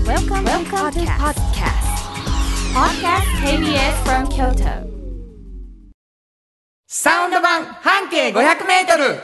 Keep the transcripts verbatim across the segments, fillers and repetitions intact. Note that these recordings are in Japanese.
Welcome, Welcome to podcast. Podcast ケービーエス from Kyoto. サウンド版半径ごひゃくメートル。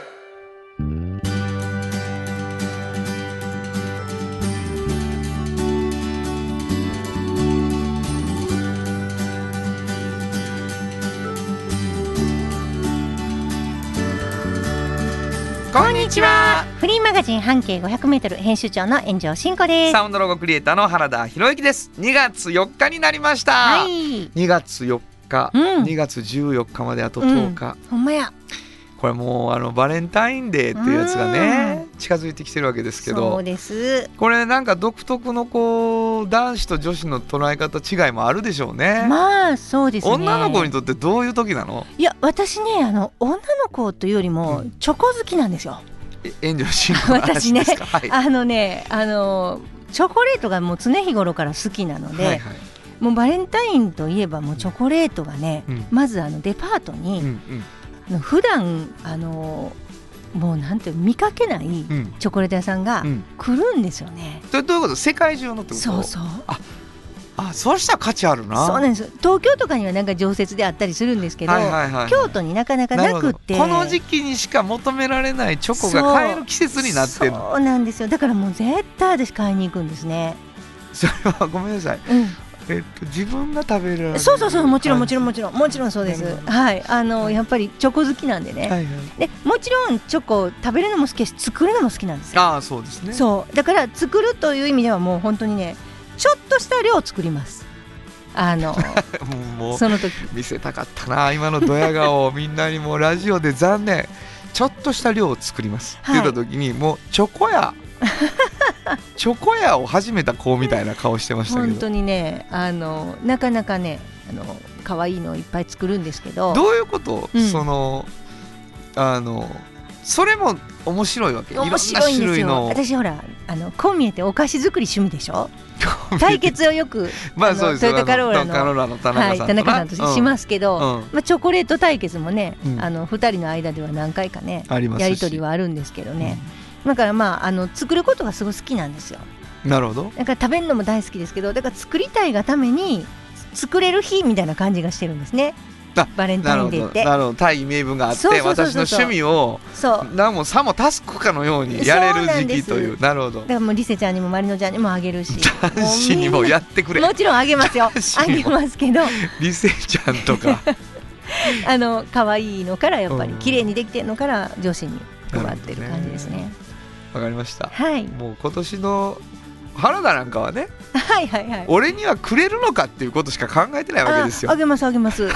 こんにちは。 フリーマガジン半径ごひゃくメートル編集長の炎上真子です。 サウンドロゴクリエイターの原田博之です。にがつよっかになりました、 はい、 にがつよっか、うん、にがつじゅうよっかまであととおか、 うん、ほんまや。 これもうあのバレンタインデーっていうやつがね近づいてきてるわけですけど、 そうです。 これなんか独特のこう男子と女子の捉え方違いもあるでしょうね。 まあそうですね。 女の子にとってどういう時なの？ いや私ねあの女の子というよりもチョコ好きなんですよ、 うん、炎上真子の話ですか？ 私ね、はい、あのねあのチョコレートがもう常日頃から好きなので、はいはい、もうバレンタインといえばもうチョコレートがね、うん、まずあのデパートに、うんうん、普段あのもうなんていう見かけないチョコレート屋さんが来るんですよね、 うん、どういうこと？世界中のってこと？ そうそう。ああ、そうしたら価値あるな。 そうなんです。東京とかにはなんか常設であったりするんですけど、はいはいはいはい、京都になかなかなくって、 この時期にしか求められないチョコが買える季節になってる。 そうなんですよ。だからもう絶対私買いに行くんですね。 それはごめんなさい、うん、えっと、自分が食べる。 そうそうそう、もちろんもちろんもちろんもちろんそうです。はい、あのやっぱりチョコ好きなんでね、はいはい、でもちろんチョコ食べるのも好きだし作るのも好きなんですよ。 ああ、そうですね。 そうだから作るという意味ではもう本当にねちょっとした量作ります。あのもうその時見せたかったな今のドヤ顔をみんなに。もうラジオで残念ちょっとした量を作ります、はい、って言った時にもうチョコ屋チョコ屋を始めた子みたいな顔してましたけど、 本当にねあのなかなかねあの可愛いのをいっぱい作るんですけど。 どういうこと？うん、そのあのそれも面白いわけ。 面白いんですよ。私ほらあのこう見えてお菓子作り趣味でしょ。対決をよくまあそうです、トヨタカローラ の, カローラの田中さんと、はい、田中さんとしますけど、うんうん、まあ、チョコレート対決もね、うん、あのふたりの間では何回かねやり取りはあるんですけどね、うん、だからまああの作ることがすごい好きなんですよ。 なるほど。 だから食べるのも大好きですけど、だから作りたいがために作れる日みたいな感じがしてるんですね。バレンタインデーって。 なるほど。大義名分があって、そうそうそうそう、私の趣味を何もさもタスクかのようにやれる時期という。なるほど。 だからもうリセちゃんにもマリノちゃんにもあげるし、 男子にもやってくれ。 もちろんあげますよ。あげますけどリセちゃんとかあの可愛いのからやっぱり綺麗にできてるのから女子に配ってる感じですね。 わかりました、 はい、 もう今年の原田なんかはね、 はいはいはい、 俺にはくれるのかっていうことしか考えてないわけですよ。 あ, あげますあげます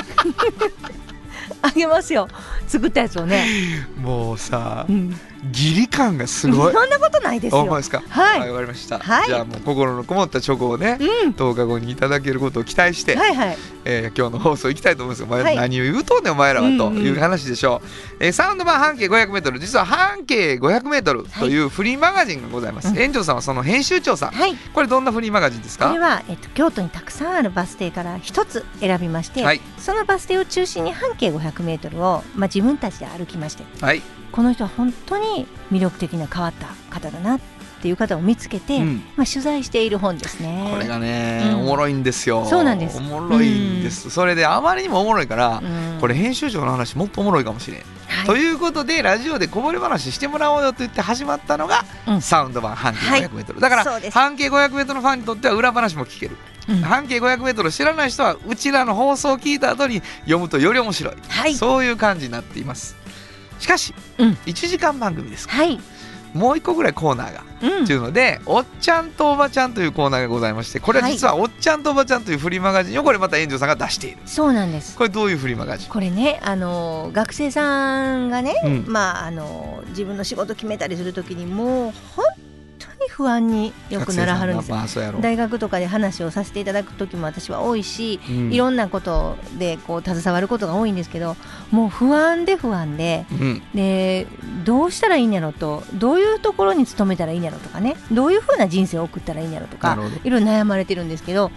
あげますよ、作ったやつをね。 もうさ、うん、義理感がすごい。 そんなことないですよ。 お前ですか。 はい、 はい、わかりました、 はい、 じゃあもう心のこもったチョコをね、うん、とおかごにいただけることを期待して、 はいはい、えー、今日の放送いきたいと思うんですが、お前何を言うとんねんお前らはという話でしょう、うんうん、えー、サウンド版半径ごひゃくメートル、実は半径ごひゃくメートルというフリーマガジンがございます、はい、園長さんはその編集長さん、はい、これどんなフリーマガジンですか？ これは、えっと、京都にたくさんあるバス停から一つ選びまして、はい、そのバス停を中心に半径ごひゃくメートルを、まあ、自分たちで歩きまして、はい、この人は本当に魅力的な変わった方だなっていう方を見つけて、うん、まあ、取材している本ですね。 これがね、うん、おもろいんですよ。 そうなんです。 おもろいんです、うん、それであまりにもおもろいから、うん、これ編集長の話もっとおもろいかもしれん、はい、ということでラジオでこぼれ話してもらおうよと言って始まったのが、うん、サウンド版半径ごひゃくメートル、はい、だから半径ごひゃくメートルのファンにとっては裏話も聞ける、うん、半径ごひゃくメートル知らない人はうちらの放送を聞いた後に読むとより面白い、はい、そういう感じになっています。しかし、うん、いちじかん番組ですから、はい、もういっこぐらいコーナーが、うん、というのでおっちゃんとおばちゃんというコーナーがございまして、これは実はおっちゃんとおばちゃんというフリーマガジンをこれまた園長さんが出している。 そうなんです。 これどういうフリーマガジン？これね、あの学生さんがね、うん、まあ、あの自分の仕事決めたりするときにもう本当に不安によくならはるんですよ。大学とかで話をさせていただく時も私は多いし、うん、いろんなことでこう携わることが多いんですけど、もう不安で不安で、うん、でどうしたらいいんやろと、どういうところに勤めたらいいんやろとかね、どういうふうな人生を送ったらいいんやろとかいろいろ悩まれてるんですけど、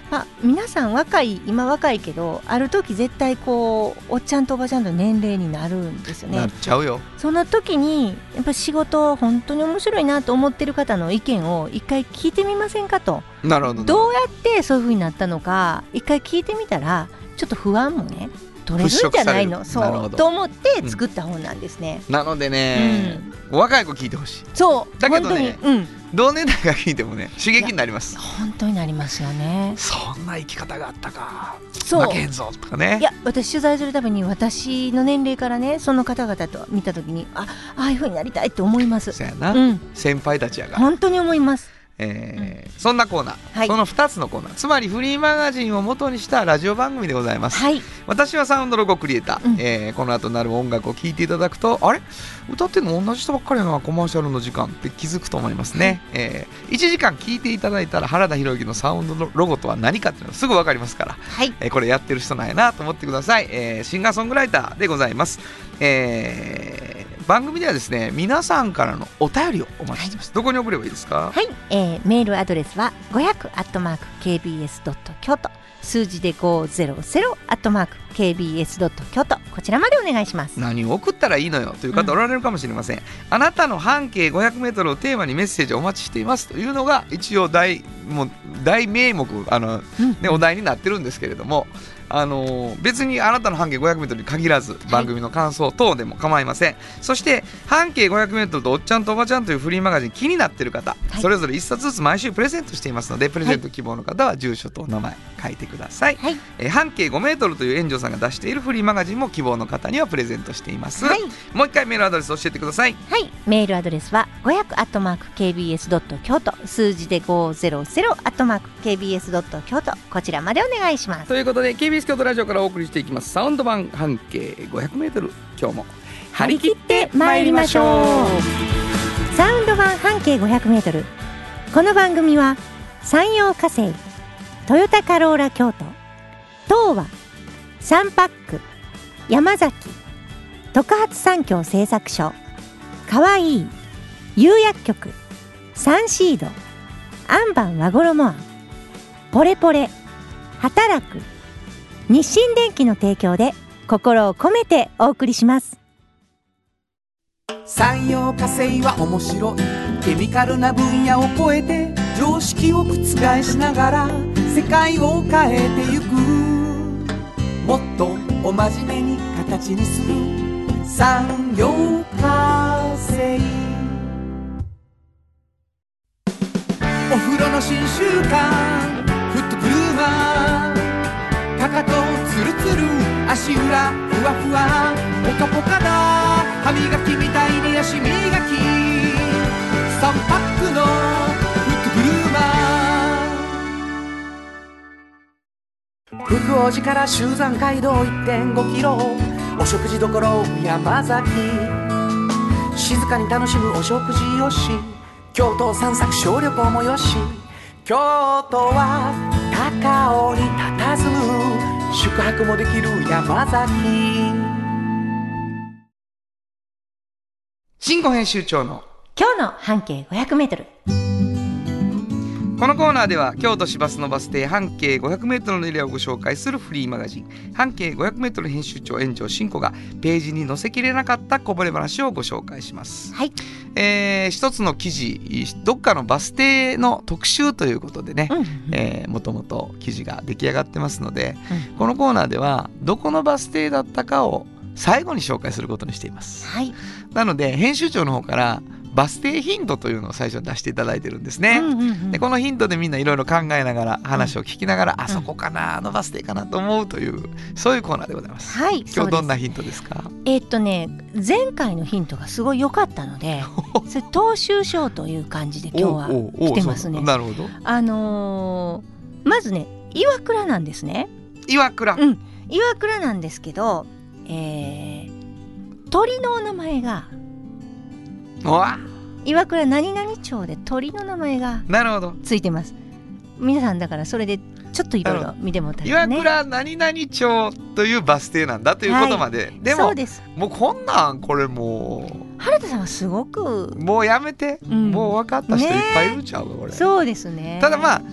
まあ、皆さん若い今若いけどある時絶対こうおっちゃんとおばちゃんの年齢になるんですよね。 なっちゃうよ。 その時にやっぱ仕事本当に面白いなと思ってる方の意見を一回聞いてみませんかと。 なるほど。 どうやってそういう風になったのか一回聞いてみたらちょっと不安もね取れるんじゃないのそうと思って作った本なんですね、 うん、なのでね、うん、若い子聞いてほしい。 そうだけどね、 うん、 同年代が聞いてもね刺激になります。 本当になりますよね。 そんな生き方があったかそう負けへんぞとかね。 いや私取材するたびに私の年齢からねその方々と見た時にあああいう風になりたいって思います。 そうやな、 うん、 先輩たちやから本当に思います。 えーうん、そんなコーナー、はい、そのふたつのコーナーつまりフリーマガジンを元にしたラジオ番組でございます、はい、私はサウンドロゴクリエイター、うんえー、この後なる音楽を聴いていただくとあれ歌ってるの同じ人ばっかりやなコマーシャルの時間って気づくと思いますね、はいえー、いちじかん聴いていただいたら原田裕之のサウンドロゴとは何かっていうのがすぐ分かりますから、はいえー、これやってる人なんやなと思ってください、えー、シンガーソングライターでございます、えー、番組ではですね皆さんからのお便りをお待ちしています、はい、どこに送ればいいですか。 はい、えー、メールアドレスはごひゃくアットマーク ケービーエスドットキョウト 数字でごひゃくアットマーク ケービーエスドットキョウト こちらまでお願いします。 何を送ったらいいのよという方おられるかもしれません、うん、あなたの半径ごひゃくメートルをテーマにメッセージをお待ちしていますというのが一応 大, もう大名目あの、ねうん、お題になってるんですけれどもあの別にあなたの半径ごひゃくメートルに限らず番組の感想等でも構いません、はい、そして半径ごひゃくメートルとおっちゃんとおばちゃんというフリーマガジン気になっている方、はい、それぞれいっさつずつ毎週プレゼントしていますのでプレゼント希望の方は住所とお名前書いてください、はいえー、半径ごメートルという援助さんが出しているフリーマガジンも希望の方にはプレゼントしています、はい、もう一回メールアドレス教えてください。 はい、メールアドレスはごひゃくアットマーク ケービーエスドットキョウト 数字でごひゃくアットマーク ケービーエスドットキョウト こちらまでお願いします。 ということで ケービーエス 京都ラジオからお送りしていきますサウンド版半径ごひゃくメートル今日も張り切ってまいりましょう。サウンド版半径ごひゃくメートルこの番組は山陽火星トヨタカローラ京都東和サンパック山崎特発産業製作所かわいい釉薬局サンシードアンバン和衣あんポレポレ働く日清電機の提供で心を込めてお送りします。 産業化成は面白いケミカルな分野を超えて常識を覆しながら世界を変えてゆくもっとお真面目に形にする産業化成お風呂の新習慣フットグルーマーかかとツルツル足裏ふわふわポカポカだ歯磨きみたいに足磨きさんパックのフットグルーマー福王寺から集山街道 いってんごキロお食事処山崎静かに楽しむお食事よし京都散策小旅行もよし京都は高尾に佇む宿泊もできる山崎新語編集長の今日の半径ごひゃくメートルこのコーナーでは京都市バスのバス停半径ごひゃくメートルのエリアをご紹介するフリーマガジン半径ごひゃくメートル編集長炎上真子がページに載せきれなかったこぼれ話をご紹介します、はいえー、一つの記事どっかのバス停の特集ということでね、うんうんえー、もともと記事が出来上がってますので、うん、このコーナーではどこのバス停だったかを最後に紹介することにしています、はい、なので編集長の方からバス停ヒントというのを最初に出していただいてるんですね、うんうんうん、でこのヒントでみんないろいろ考えながら話を聞きながら、うん、あそこかなあのバス停かなと思うというそういうコーナーでございます、はい、今日どんなヒントですか。 えー、っとね前回のヒントがすごい良かったのでそれ踏襲賞という感じで今日は来てますね。 なるほど。 あのー、まずね岩倉なんですね。 岩倉、 うん、岩倉なんですけど、えー、鳥の名前がわ岩倉何々町で鳥の名前がついてます。皆さんだからそれでちょっといろいろ見てもらったらね、 岩倉何々町というバス停なんだということまで、はい、でもそうです。 もうこんなんこれもう原田さんはすごくもうやめて、うん、もう分かった人いっぱいいるんちゃうか、ね、これ。 そうですね。 ただまあ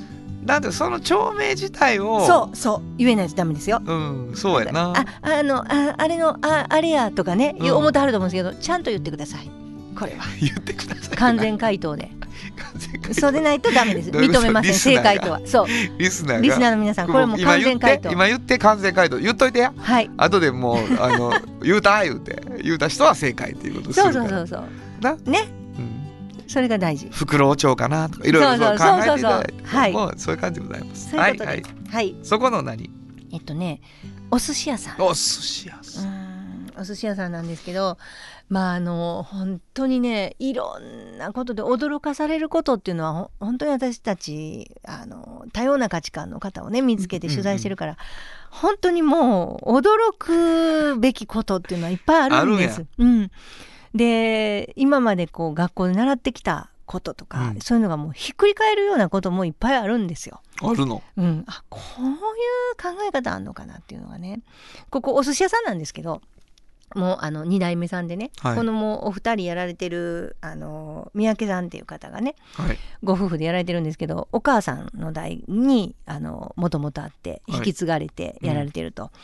だってその町名自体をそうそう言えないとダメですよ。 うんそうやな。 ああのああれのああれやとかね、うん、思ってはると思うんですけどちゃんと言ってください。これは言ってください。 完全回答でそうでないとダメです。認めません正解とは。そうリスナーがリスナーの皆さんこれも完全回答。 今言って完全回答言っといてや。 はい。 後でもうあの言うた言うて言うた人は正解っていうことでするから。 そうそうそうそうなね。それが大事。 フクロウ町かなとかいろいろ考えていただいて、 はい、 もうそういう感じでございます。 そういうことです。はい、はい、 そこの何？ えっとね、お寿司屋さん。 お寿司屋さん。 うんお寿司屋さんなんですけど、まああの本当にねいろんなことで驚かされることっていうのは本当に私たちあの多様な価値観の方をね見つけて取材してるから、うんうんうん、本当にもう驚くべきことっていうのはいっぱいあるんです。うん。で今までこう学校で習ってきたこととか、うん、そういうのがもうひっくり返るようなこともいっぱいあるんですよ。 あるの、 うん、あこういう考え方あんのかなっていうのがね。ここお寿司屋さんなんですけどもうあのに代目さんでね、はい、このもうお二人やられてるあの三宅さんっていう方がね、はい、ご夫婦でやられてるんですけどお母さんの代にあのもともとあって引き継がれてやられてると、はい、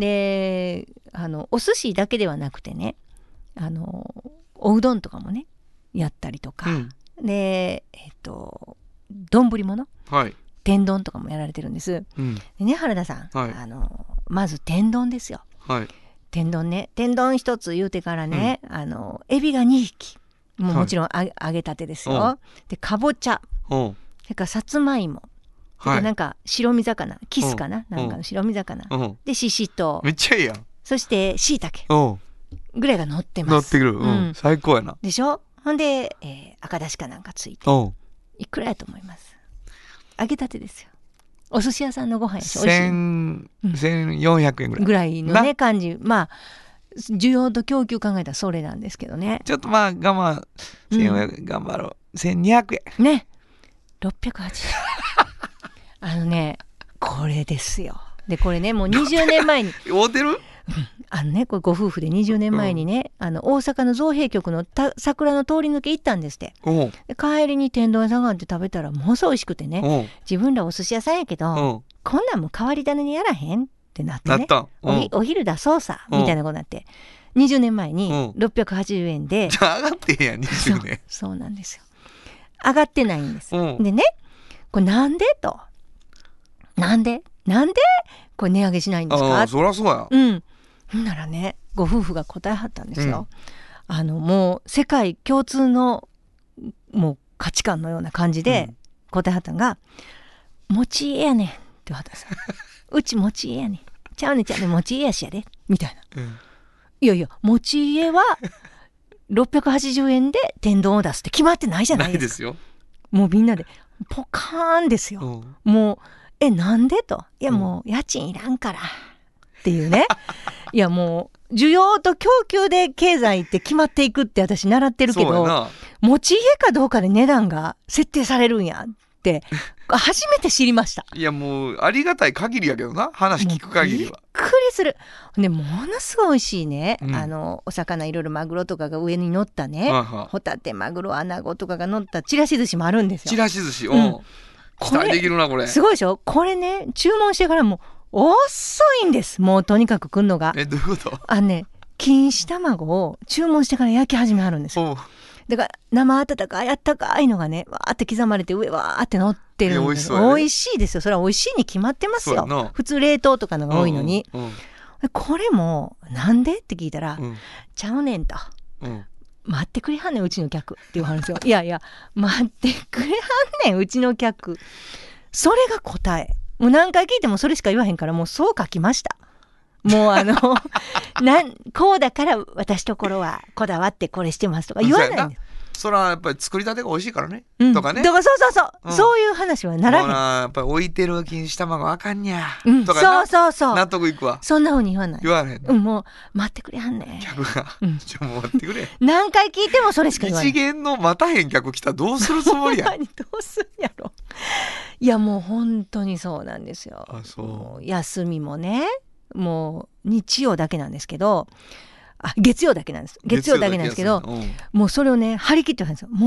であのお寿司だけではなくてねあのおうどんとかもねやったりとか、うん、でえっと丼物、はい、天丼とかもやられてるんです、うん、でね原田さん、はい、あのまず天丼ですよ、はい、天丼ね天丼一つ言うてからね、うん、あのエビがにひきもうもちろんあ、はい、揚げたてですよ、でかぼちゃそれからさつまいも、はい、なんか白身魚キスかななんかの白身魚でししとうめっちゃいいやんそしてしいたけぐらいが乗ってます。 乗ってくる、うんうん、最高やな。 でしょ。ほんで、えー、赤だしかなんかついていくらやと思います？揚げたてですよ。お寿司屋さんのご飯やしおいしい。 せんよんひゃくえんぐらいぐらいのね感じ。まあ需要と供給考えたらそれなんですけどね。 ちょっとまあ我慢せんよんひゃくえん頑張ろう、うん、せんにひゃくえんねろっぴゃくはちじゅうえんあのねこれですよ。でこれねもうにじゅうねんまえに合うてるあのね、これご夫婦でにじゅうねんまえにね、うん、あの大阪の造幣局のた桜の通り抜け行ったんですって。で帰りに天丼屋さんがあって食べたらものすごい美味しくてね、自分らお寿司屋さんやけどこんなんも変わり種にやらへんってなってねお, ひお昼出そうさみたいなことになってにじゅうねんまえにろっぴゃくはちじゅうえんでじゃあ上がってんやにじゅうねんそう、そうなんですよ上がってないんです。でねこれなんでとなんでなんでこれ値上げしないんですか。 あそりゃそうや。 うんならねご夫婦が答えはったんですよ、うん、あのもう世界共通のもう価値観のような感じで答えはったのが、うん、餅家やねんって言わはったんですようち餅家やねんちゃうねんちゃうねん餅家やしやでみたいな、うん、いやいや餅家はろっぴゃくはちじゅうえんで天丼を出すって決まってないじゃないですか。 ないですよ。 もうみんなでポカーンですよ、うん、もうえなんでといやもう家賃いらんからっていうねいやもう需要と供給で経済って決まっていくって私習ってるけど持ち家かどうかで値段が設定されるんやって初めて知りました。 いやもうありがたい限りやけどな話聞く限りはびっくりする。でものすごい美味しいね、うん、あのお魚いろいろマグロとかが上に乗ったね、ははホタテマグロアナゴとかが乗ったちらし寿司もあるんですよ。 ちらし寿司、うん、期待できるなこれ。 すごいでしょこれね注文してからも遅いんです。もうとにかく来るのが。 えどういうこと？ あのね錦糸卵を注文してから焼き始めはるんですよ。だから生温かいあったかいのがねわーって刻まれて上わーって乗ってるんです。美味しいですよ。それは美味しいに決まってますよ。普通冷凍とかのが多いのに、うんうんうん、これもなんでって聞いたら、うん、ちゃうねんと、うん、待ってくれはんねんうちの客って言わはるんですよいやいや待ってくれはんねんうちの客。それが答え。もう何回聞いてもそれしか言わへんからもうそう書きました。もうあのなんこうだから私ところはこだわってこれしてますとか言わないんです。 それはやっぱり作りたてが美味しいからね、うん、とかね。 だからそうそうそう、うん、そういう話はならへん。 やっぱり置いてる錦糸卵あかんにゃ、 うん、 とかそうそうそう納得いくわ。 そんな風に言わない。 言わへん、 うん、もう待ってくれはんねん客が、うん、ちょもう待ってくれ何回聞いてもそれしか言わない。 一元の待たへん客来たらどうするつもりやどうすんやろ。いやもう本当にそうなんですよ。 あそうもう休みもねもう日曜だけなんですけどあ月曜だけなんです月曜だけなんですけど、うん、もうそれをね張り切ってるんですよ。もうね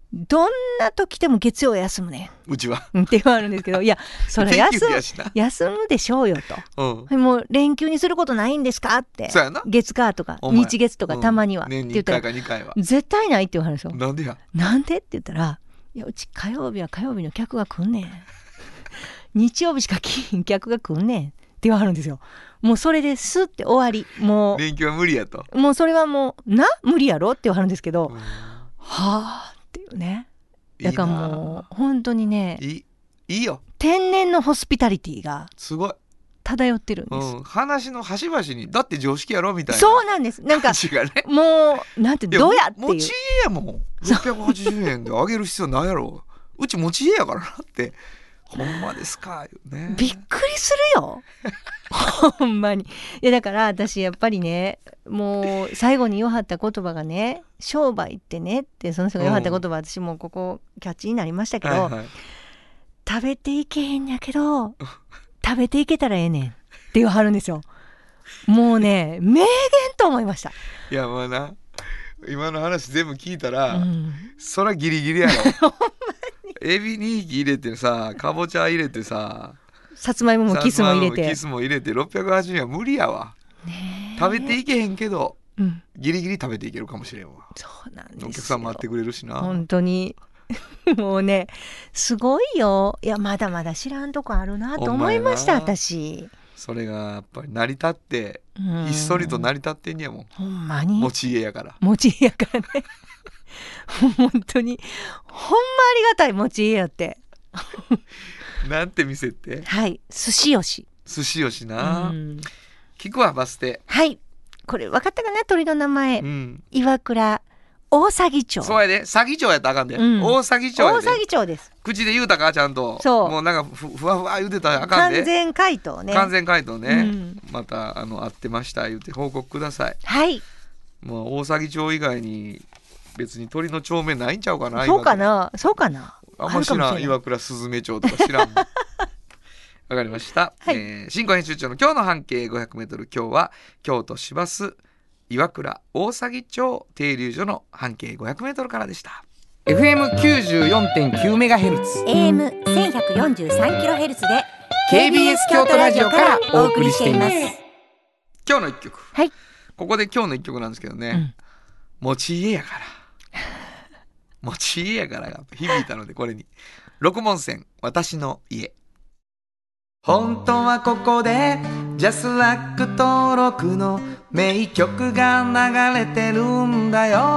どんな時でも月曜休むねんうちはって言われるんですけど、いやそれ休む休むでしょうよと、うん、もう連休にすることないんですかって、 そうやな、 月火とか日月とかたまには、うん、 年にいっかいかにかいは絶対ないって言われるんですよ。 なんでやなんでって言ったら、いやうち火曜日は火曜日の客が来んねん日曜日しか来ん客が来んねんって言わはるんですよ。もうそれですって終わり、もう連休は無理やと、 もうそれはもうな無理やろって言わはるんですけど、はあっていうね。だからもう本当にね、 いいいいよ、 天然のホスピタリティがすごい漂ってるんです、 うん、話の端々にだって常識やろみたいな、 そうなんです。なんか、ね、もうなんてどうやっていう、 持ち家やもんろっぴゃくはちじゅうえんであげる必要ないやろうち持ち家やからなってほんまですか、ね、 びっくりするよほんまに。いやだから私やっぱりね、もう最後に言わはった言葉がね、商売ってねってその人が言わはった言葉、うん、私もここキャッチになりましたけど、はいはい、食べていけへんやけど食べていけたらええねんって言わはるんですよ。もうね名言と思いました。 いやまあな、今の話全部聞いたら、うん、そらギリギリやろほんまにエビにひき入れてさ、かぼちゃ入れてさ、 さつまいももキスも入れてキスも入れてろっぴゃくはちじゅうえんは無理やわ、ね、食べていけへんけど、うん、ギリギリ食べていけるかもしれんわ。 そうなんですよ、 お客さん待ってくれるしな、 本当にもうねすごいよ。いやまだまだ知らんとこあるなと思いました。私それがやっぱり成り立って、ひっそりと成り立ってんねやもん。 ほんまに持ち家やから持ち家やからね本当にほんまありがたい持ち家やってなんて店って、 はい寿司よし寿司よしな、うん、聞くわバス停。 はいこれ分かったかな、鳥の名前、うん、岩倉大崎町。 そうやで、詐欺町やったらあかんで、うん、大崎町やで。 大崎町です。 口で言うたかちゃんと。そうもうなんか ふ, ふわふわ言うてたらあかんで。 完全回答ね、 完全回答ね、うん、またあの合ってました言って報告ください。 はい。 もう大崎町以外に別に鳥の町名ないんちゃうかな。 そうかな、そうかな、 あんま知らん。岩倉すずめ町とか知らんわかりました、はい。えー、新語編集長の今日の半径 ごひゃくメートル、今日は京都市バス岩倉大崎町停留所の半径 ごひゃくメートル からでした。 エフエムきゅうじゅうよんてんきゅうメガヘルツ、 エーエムせんひゃくよんじゅうさんキロヘルツ でケービーエス 京都ラジオからお送りしています。今日の一曲、 はい、 ここで今日の一曲なんですけどね、うん、持ち家やから持ち家やからが響いたので、これに六文銭私の家。本当はここでジャスラック登録の名曲が流れてるんだよ。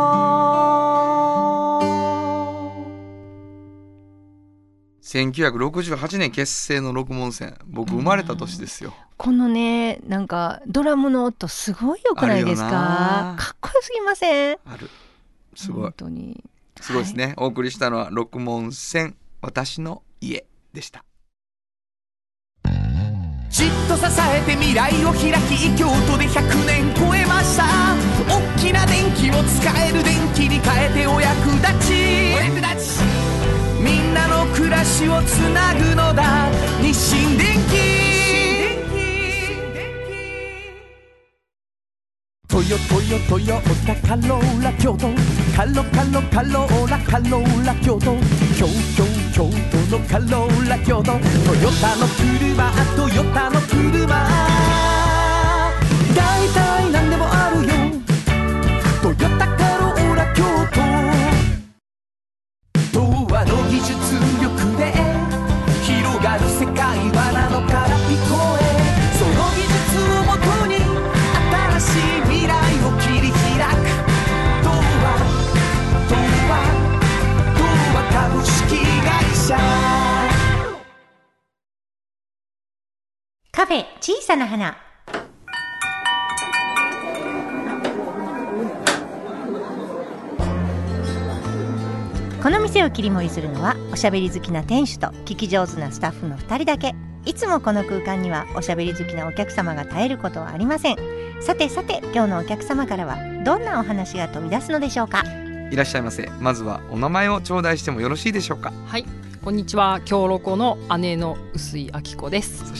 せんきゅうひゃくろくじゅうはちねん結成の六文銭、僕生まれた年ですよ。 このねなんかドラムの音すごいよくないですか。かっこよすぎません？ ある、すごい、 本当にすごいですね、はい、お送りしたのは六文銭私の家でした。じっと支えて未来を開き、京都でひゃくねん超えました。大きな電気を使える電気に変えてお役立ち、お役立ち、みんなの暮らしをつなぐのだ日清電気。トヨトヨトヨタカローラ京都、カロカロカローラカローラ京都、京京京都のカローラ京都、トヨタの車トヨタの車、だいたいなんでもあるよトヨタカローラ京都。東和の技術力で広がる世界はなのから聞こえ、その技術をもとに新しい未来を切り開く。東和東和東和株式会社。 カフェ小さな花。この店を切り盛りするのはおしゃべり好きな店主と聞き上手なスタッフのふたりだけ。いつもこの空間にはおしゃべり好きなお客様が絶えることはありません。さてさて今日のお客様からはどんなお話が飛び出すのでしょうか。 いらっしゃいませ。まずはお名前を頂戴してもよろしいでしょうか。 はい、こんにちは。京ロコの姉の臼井明子です。 そして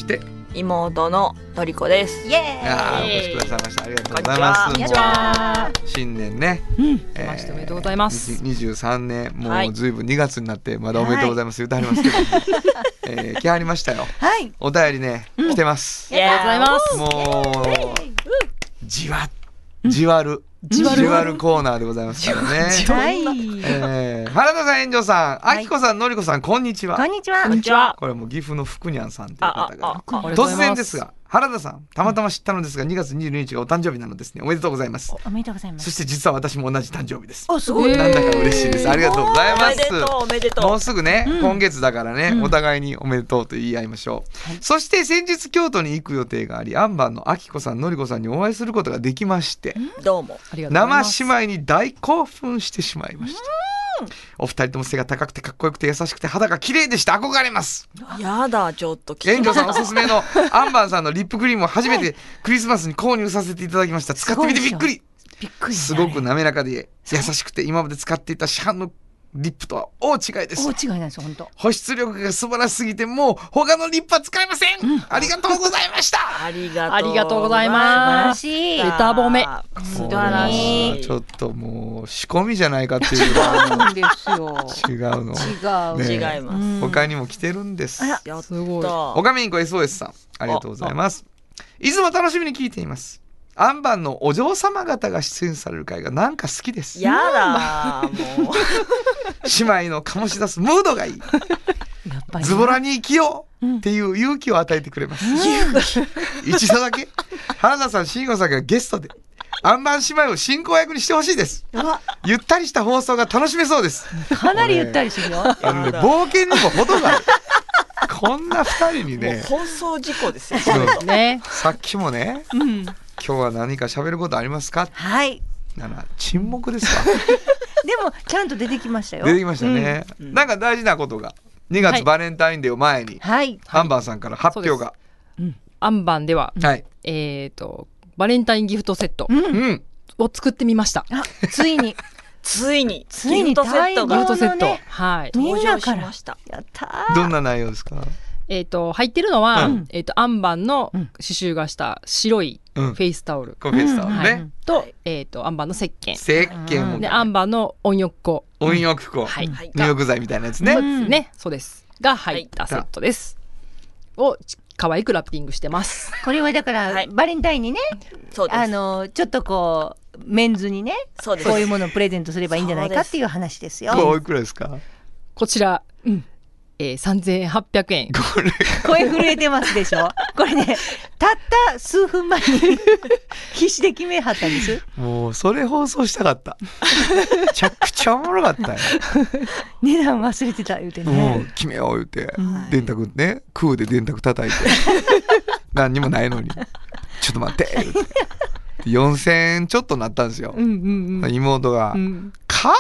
妹ののりこです。 イエーイ。お越しくださいました。ありがとうございます。 こんにちは。 新年ね、 うん、えー、ましておめでとうございます。 にじゅうさんねん、もうずいぶんにがつになってまだおめでとうございます、はい、言ってはりますけど、えー、来はりましたよ。 はい。 お便りね、うん、来てます。 ありがとうございます。 もうじわじわる。じわるコーナーでございますからね。 はい。 えー、原田さん、炎上さん、あきこさん、のりこさん、こんにちは。 こんにちは。 こんにちは。 これも岐阜の福にゃんさんという方が突然ですが、原田さん、たまたま知ったのですが、にがつにじゅうににちがお誕生日なのですね。おめでとうございます。 おめでとうございます。 そして実は私も同じ誕生日です。 あ、すごい。 なんだか嬉しいです。ありがとうございます。 おめでとう、おめでとう。 もうすぐね、うん、今月だからね、うん、お互いにおめでとうと言い合いましょう。はい、そして先日京都に行く予定があり、アンバンのあきこさん、のりこさんにお会いすることができまして、 どうもありがとうございます。 生姉妹に大興奮してしまいました。お二人とも背が高くてかっこよくて優しくて肌が綺麗でして、憧れます。 やだ、ちょっと園長さんおすすめのアンバンさんのリップクリームを初めてクリスマスに購入させていただきました。使ってみてびっくり。 びっくり。 すごく滑らかで優しくて、今まで使っていた市販のリップとは大違いです。 大違いなんですよ、本当。 保湿力が素晴らしすぎて、もう他のリップは使えません。うん、ありがとうございました。 ありがとう。 ありがとうございます。 素晴らしい。 ベタ褒め。 素晴らしい。 ちょっともう仕込みじゃないかっていうぐらい。 なんですよ。 違うの。 違う。 ね、 違います。 他にも来てるんです。 やった。すごい。 おかみんこ エスオーエス さん、ありがとうございます。いつも楽しみに聞いています。アンバンのお嬢様方が出演される回がなんか好きです。 やだもう姉妹の醸し出すムードがいい。やっぱりズボラに生きようっていう勇気を与えてくれます。勇気一度だけ原田さん、慎吾さんがゲストでアンバン姉妹を進行役にしてほしいです。ゆったりした放送が楽しめそうです。 かなりゆったりするよ。 あの、ね、冒険にも程がある。こんな二人にね、 放送事故ですよね。さっきもね、うん、今日は何か喋ることありますか。 はい。 なら沈黙ですか。 でもちゃんと出てきましたよ。 出てきましたね。うん、なんか大事なことがにがつバレンタインデーを前に、はい、アンバンさんから発表が。 うん、アンバンでは、はい、えっ、ー、とバレンタインギフトセットを作ってみました。 あ、ついに。 ついについにギフトセットがギフトセット、はい、 登場しました。 やったー。 どんな内容ですか。 えー、と入ってるのは、うん、えー、とアンバンの刺繍がした白いフェイスタオル、 うん、フェイスタオルね、はい、 と、えー、とアンバンの石鹸石鹸もでアンバンの温浴粉温浴粉、はい、入浴剤みたいなやつね、 そうですね、そうですが入ったセットです、はい、を可愛くラッピングしてます。 これはだから、はい、バレンタインにね、そうです、あのちょっとこうメンズにね、そうです、こういうものをプレゼントすればいいんじゃないかっていう話ですよ。 これいくらですか。 こちら、うん、えー、さんぜんはっぴゃくえん。これ声震えてますでしょ。これね、たった数分前に必死で決めはったんです。 もうそれ放送したかった。めちゃくちゃおもろかったよ。 値段忘れてた言うてね。 もう決めよう言うて、うん、電卓ね、空で電卓叩いて何にもないのにちょっと待って言うてよんせんえんちょっとなったんですよ、うんうんうん、妹が、うん、買う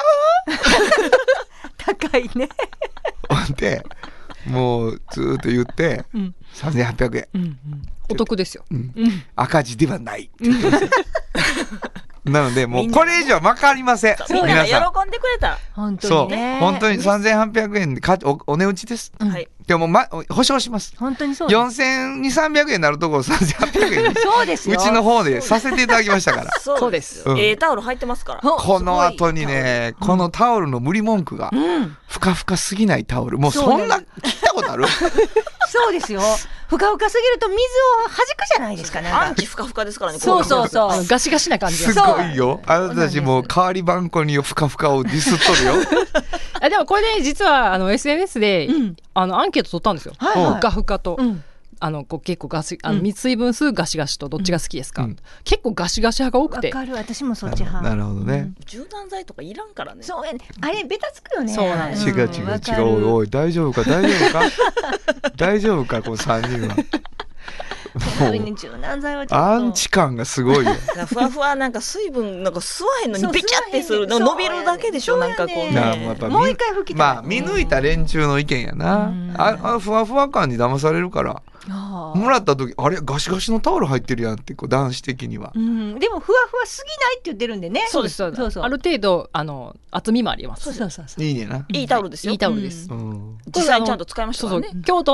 高いね。 でもうずっと言って、うん、さんぜんはっぴゃくえん、うんうん、 お得ですよ、うんうん、赤字ではないって言ってますよ。なのでもうこれ以上分かりません。 皆さん喜んでくれた本当にね、 そう本当にさんぜんはっぴゃくえんでか お, お値打ちです、うん、でも、ま、保証します。 本当にそうです。 よんせんにひゃく、さんびゃくえんになるところさんぜんはっぴゃくえんにそうですよ、うちの方でさせていただきましたから。 そうです、うん、えー、タオル入ってますから。 この後にね、このタオルの無理文句が、うん、ふかふかすぎないタオル、もうそんな聞いたことある。 そうですよ、ふかふかすぎると水を弾くじゃないですかね。 アンチふかふかですからね。 そうそうそう、 ガシガシな感じ。 すごいよ、あなたたちもう代わりばんこにふかふかをディスっとるよ。 あでもこれね、実はあの エスエヌエス で、うん、あのアンケート取ったんですよ、はいはい、ふかふかと、うん、あのこう結構ガシあの、うん、水分数ガシガシとどっちが好きですか、うん、結構ガシガシ派が多くて。 わかる、私もそっち派。 なるほどね、うん、 柔軟剤とかいらんからね。 そうあれベタつくよね。 そうなんです。 違う違う違う、おい大丈夫か大丈夫か大丈夫かこのさんにんは。 もう柔軟剤はちょっとアンチ感がすごいよ。 ふわふわなんか水分なんか吸わへんのにビキャってするの伸びるだけでしょ、なんかこうね。 もう一回拭きたい。 まあ見抜いた連中の意見やな。ああふわふわ感に騙されるから。もらった時あれガシガシのタオル入ってるやんってこう男子的には、うん、 でもふわふわすぎないって言ってるんでね。 そうですそうです、そうそう、ある程度あの厚みもあります。 そうそうそうそう、 いいねな、 いいタオルですよ、 いいタオルです、うん、実際にちゃんと使いましたからね。 そうそう、京都の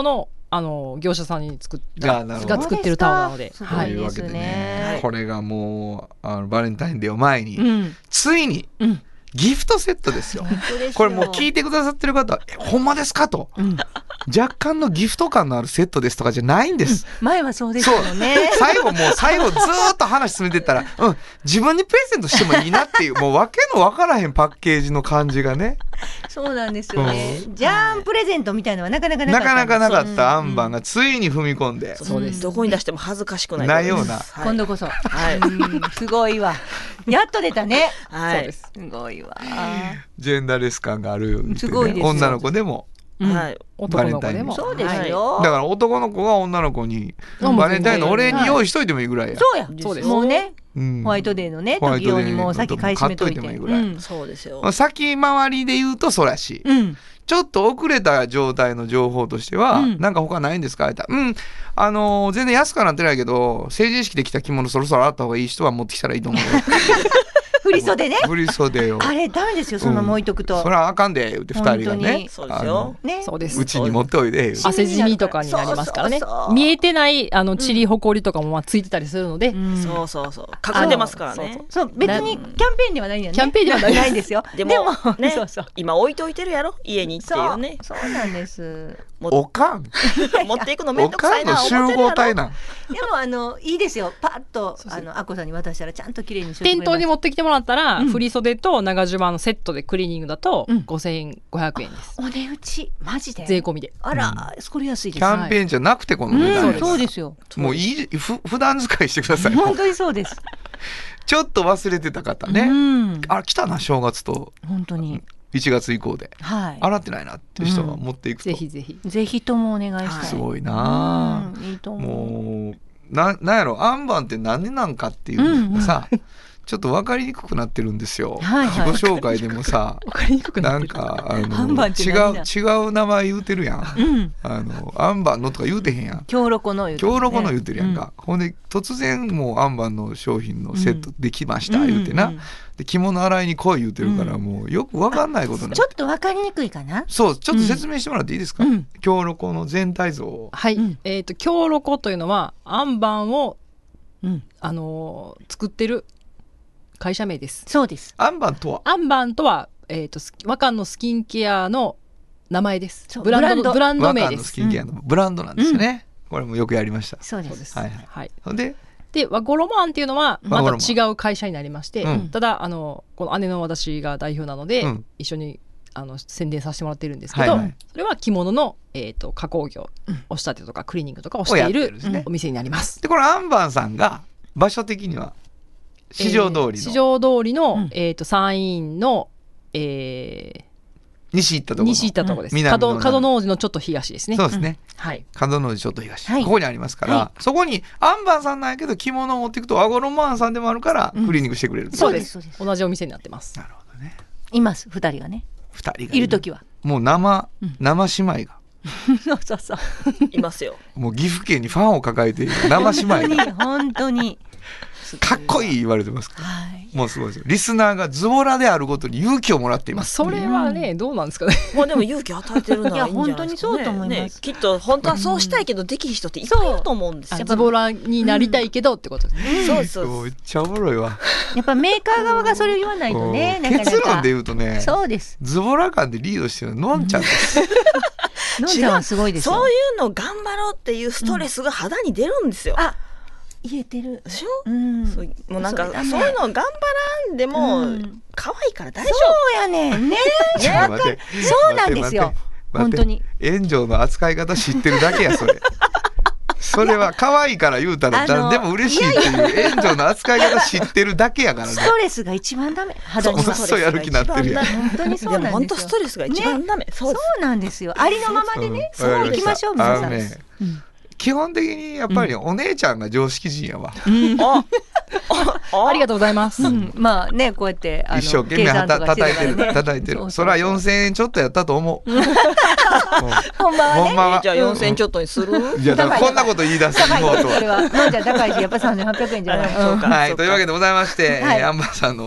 あの業者さんに作ったが作ってるタオルなので、 はい、というわけでね、これがもうあのバレンタインデーを前に、うん、ついに、うん、ギフトセットですよ。これもう聞いてくださってる方はえほんまですかと、うん、若干のギフト感のあるセットですとかじゃないんです、 うん、前はそうですよね。 最後もう最後ずーっと話進めてったら、うん、自分にプレゼントしてもいいなっていうもう訳の分からへんパッケージの感じがねそうなんですよね、うん、じゃーんプレゼントみたいなのはなかなかなかったなかなかなかったアンバンがついに踏み込んで、 そうです、どこに出しても恥ずかしくないないような、 はい、今度こそ、はい、うんすごいわやっと出たね、 はい、そうです、すごいわジェンダーレス感がある、ね、 すごいです女の子でも、 うんはい、 バレンタインそうですよ、 だから男の子が女の子にバレンタインのお礼に用意しといてもいいぐらいや、 そうや、そうですもうね、うん、ホワイトデーのね時用にもう先買い占めといて、 いいぐらい、 うん、 そうですよ。 先回りで言うとそうらしい、うん、ちょっと遅れた状態の情報としては、うん、なんか他ないんですかって言ったら、うん、あのー、全然安くなってないけど成人式で着た着物そろそろあった方がいい人は持ってきたらいいと思うよ振り袖ね、 振り袖よ、 あれダメですよそのまま置いとくと、 うん、それはあかんで言ってふたりがね、 そうですよね、そうです、 うちに持っておいで汗じみとかになりますからね、そうそうそう、見えてないあの塵ほこりとかもまあついてたりするので、 うん、そうそうそう隠んでますからね、 そうそうそう、別にキャンペーンではないんだよね、 キャンペーンではないんですよでもねそうそう、今置いといてるやろ家にっていうね、 そう、そうなんです、 おかん持っていくのめんどくさいな、 おかんの集合体なんでもあのいいですよ、パッとあのアッコさんに渡したらちゃんと綺麗にしてくれます。 店頭に持ってきてもらったら、うん、振り袖と長襦袢のセットでクリーニングだとごせんごひゃくえんです、 うん、お値打ちマジで税込みで、 あら、うん、それ安いです、 キャンペーンじゃなくてこの値段です、 うん、そうですよ、 もういいふ普段使いしてください本当にそうですちょっと忘れてた方ね、うん、あ来たな正月と本当にいちがつ以降で、はい、洗ってないなっていう人は持っていくと、 うん、ぜひぜひぜひともお願いしたい、 すごいな、 うん、いいと思う、 もう な, なんやろアンバンって何なんかっていうのがさ、うんちょっと分かりにくくなってるんですよ、はいはい、自己紹介でもさなんかあの違う違う名前言うてるやん、うん、あのアンバンのとか言うてへんやん、 京ロコの言うてる、 ね、京ロコの言うてるやんか、うん、ほんで突然もうアンバンの商品のセットできました、うん、言うてな、うんうん、で着物洗いに来い言うてるから、うん、もうよく分かんないことになって、 ちょっと分かりにくいかな、 そうちょっと説明してもらっていいですか、うん、京ロコの全体像を、 はい、うん、えーと京ロコというのはアンバンを、うんあのー、作ってる会社名です。 そうです。 アンバンとはアンバンとは、えー、と和漢のスキンケアの名前です。ブランドブランド名です。和漢のスキンケアのブランドなんですよね、うん、これもよくやりました。 そうです、 はいはいはい、 でで和ゴロマンっていうのはまた違う会社になりまして、うん、ただあのこの姉の私が代表なので、うん、一緒にあの宣伝させてもらってるんですけど、はいはい、それは着物の、えー、と加工業、うん、お仕立てとかクリーニングとかをしている、ね、お店になります。 でこれアンバンさんが場所的には市場通りの、えー、 市場通りの、うんえー、と山陰の、えー、 西行ったところ西行ったところです。角角王子のちょっと東ですね。 そうですね、うんはい、角王子ちょっと東、はい、ここにありますから、はい、そこにアンバンさんなんやけど着物を持っていくとアゴロマンさんでもあるからクリーニングしてくれる、 うん、そうですそうです同じお店になってます。 なるほどね。 いますふたりがねふたりがい, いる時はもう生、うん、生姉妹がそうそうそういますよ。 もう岐阜県にファンを抱えている生姉妹が本当にかっこいい言われてますから、はい、もうすごいですよ。リスナーがズボラであるごとに勇気をもらっています、 まあ、それはね、うん、どうなんですかね。 まあでも勇気与えてるのはいいんじゃないですかね。いや本当にそうと思います、ね、きっと本当はそうしたいけどできる人っていっぱいいると思うんですよ、 うん、ズボラになりたいけどってことですね、 うん、そうそうめっちゃおもろいわ。 やっぱメーカー側がそれを言わないとねなかなか結論で言うとねそうですズボラ感でリードしてるののんちゃんですのんちゃんはすごいですよ。 そういうの頑張ろうっていうストレスが肌に出るんですよ、うん、あ言えてるでしょ、うん、そうもうなんか そ, そういうの頑張らんでも、うん、可愛いから大丈夫。 そうやねんねそうなんですよ本当に。 炎上の扱い方知ってるだけやそれそれは可愛いから言うたら誰でも嬉しいっていう炎上の扱い方知ってるだけやからね。 ストレスが一番ダメ。肌にストレスが一番ダメ。 本当にそうなんですよ。 本当ストレスが一番ダメ、ね、 そう、そうなんですよ。ありのままでね、うん、そういきましょう皆さん、ねうん、 基本的にやっぱりお姉ちゃんが常識人やわ、 うん、あありがとうございます、 うん、まあねこうやってあの一生懸命はた叩いてる叩いてる。そうそうそうそれはよんせんえんちょっとやったと思うほんまはね。ほんまはじゃあよんせんえんちょっとにする。 いやだからこんなこと言い出す妹はそれはのんちゃん高いしやっぱさんぜんはっぴゃくえんじゃない。 はいというわけでございまして、はい、アンバーさんの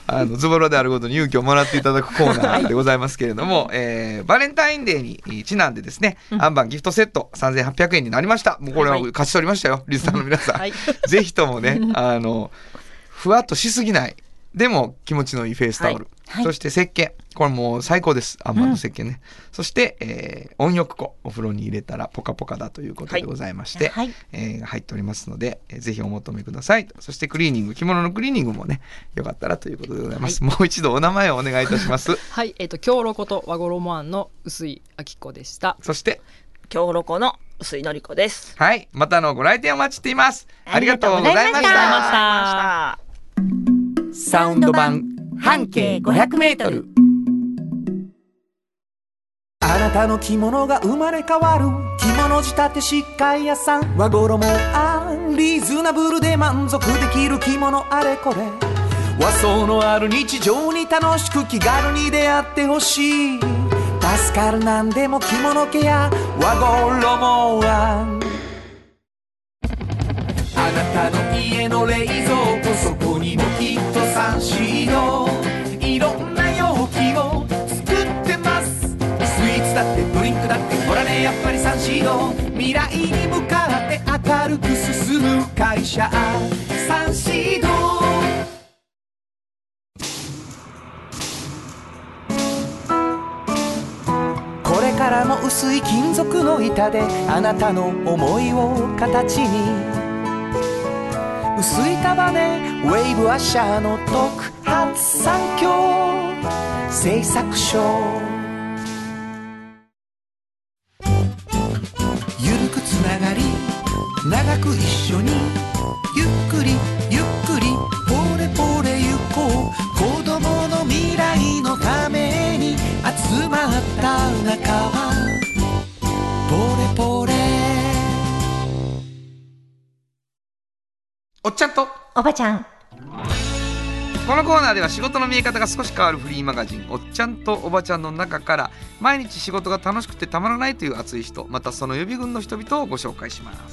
あのズボラであることに勇気をもらっていただくコーナーでございますけれども、えー、バレンタインデーにちなんでですね、うん、アンバンギフトセットさんぜんはっぴゃくえんになりました。もうこれは勝ち取りましたよ、リスナーの皆さん、はい、ぜひともね、あのふわっとしすぎないでも気持ちのいいフェイスタオル、はい、そして石鹸、これもう最高です、アンバンの石鹸ね、うん、そして、えー、温浴粉、お風呂に入れたらポカポカだということでございまして、はい、えー、入っておりますので、えー、ぜひお求めください。そしてクリーニング、着物のクリーニングもねよかったらということでございます、はい、もう一度お名前をお願いいたしますはい、えっ、ー、と京ロコと和衣庵の薄井明子でした。 そして京ロコの薄井のり子です。 はい、またのご来店お待ちしています。ありがとうございました。 サウンド版半径ごひゃくメートル。あなたの着物が生まれ変わる着物仕立て疾患屋さん、和衣あリーズナブルで満足できる着物あれこれ、和装のある日常に楽しく気軽に出会ってほしい。助かるなんでも着物ケア和衣あん。あなたの家の冷蔵庫、そこにもきっとサンシード、いろんな容器を作ってます。スイーツだってドリンクだって、ほらねやっぱりサンシード、未来に向かって明るく進む会社サンシード。これからも薄い金属の板であなたの思いを形に、薄い束ねウェイブアッシャーの特発産業製作所。ゆるくつながり長く一緒に、ゆっくりゆっくりポレポレ行こう。子供の未来のために集まった仲はポレポレ。 おっちゃんとおばちゃん。 このコーナーでは仕事の見え方が少し変わるフリーマガジンおっちゃんとおばちゃんの中から、毎日仕事が楽しくてたまらないという熱い人、またその予備軍の人々をご紹介します。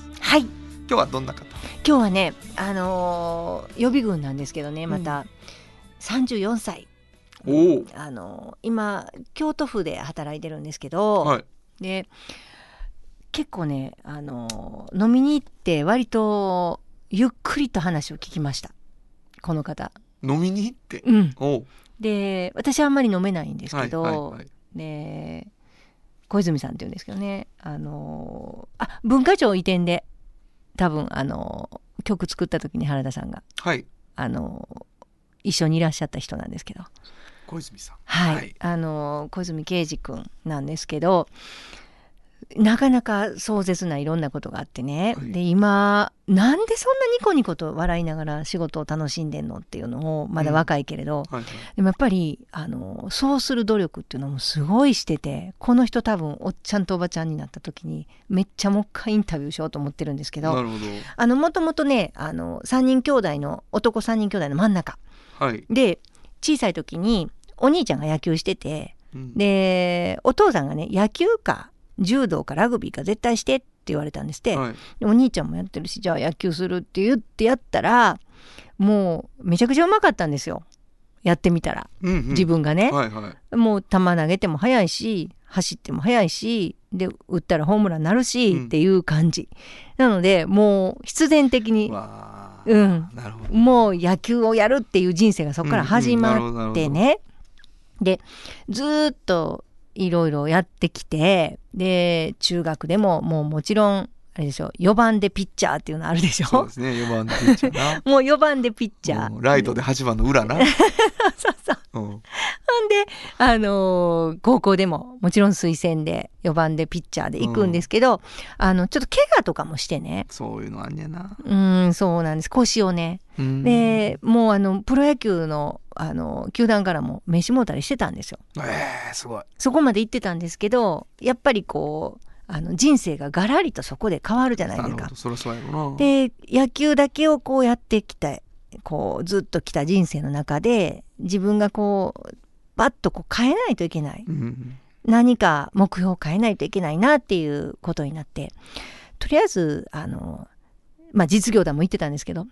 はい、 今日はどんな方？ 今日はね、あのー、予備軍なんですけどね、また、うん、さんじゅうよんさい、 おあのー、今京都府で働いてるんですけど、はい、で結構ね、あのー、飲みに行って割とゆっくりと話を聞きました。この方飲みに行って、 うん、おで私はあんまり飲めないんですけど、はいはいはい、で小泉さんっていうんですけどね、あのー、あ文化庁移転で多分あのー、曲作った時に原田さんが、 はい、 あのー、一緒にいらっしゃった人なんですけど、 小泉さん、 はい、はい、あのー、小泉啓二君なんですけど、なかなか壮絶ないろんなことがあってね、はい、で今なんでそんなニコニコと笑いながら仕事を楽しんでんのっていうのを、まだ若いけれど、うんはいはい、でもやっぱりあのそうする努力っていうのもすごいしてて、この人多分おっちゃんとおばちゃんになった時にめっちゃもう一回インタビューしようと思ってるんですけど、 なるほど、 あのもともとね、あのさんにん兄弟の男さんにん兄弟の真ん中、 はい、 で小さい時にお兄ちゃんが野球してて、うん、でお父さんがね野球か柔道かラグビーか絶対してって言われたんですって、はい、でお兄ちゃんもやってるし、じゃあ野球するって言ってやったらもうめちゃくちゃうまかったんですよ、やってみたら、うんうん、自分がね、はいはい、もう球投げても速いし走っても速いしで打ったらホームランになるし、うん、っていう感じなので、もう必然的に、うん、なるほど、もう野球をやるっていう人生がそこから始まってね、うんうん、でずっといろいろやってきて、で中学でももうもちろんあれでしょ、よばんでピッチャーっていうのあるでしょ。 そうですね、よばんでピッチャーなもうよばんでピッチャー、 ライトではちばんの裏なそうそう、うん、ほんで、あのー、高校でももちろん推薦でよばんでピッチャーで行くんですけど、うん、あのちょっと怪我とかもしてね、 そういうのあんねんな、 うん、そうなんです、腰をね、でもうあのプロ野球のあの球団からも名刺もうたりしてたんですよ。 えー、すごい。 そこまで行ってたんですけど、やっぱりこうあの人生がガラリとそこで変わるじゃないですか。 なるほど、そりゃそうやろな。 で野球だけをこうやってきた、こうずっと来た人生の中で自分がこうバッとこう変えないといけない、うん、何か目標を変えないといけないなっていうことになって、とりあえずあの、まあ、実業団も行ってたんですけど、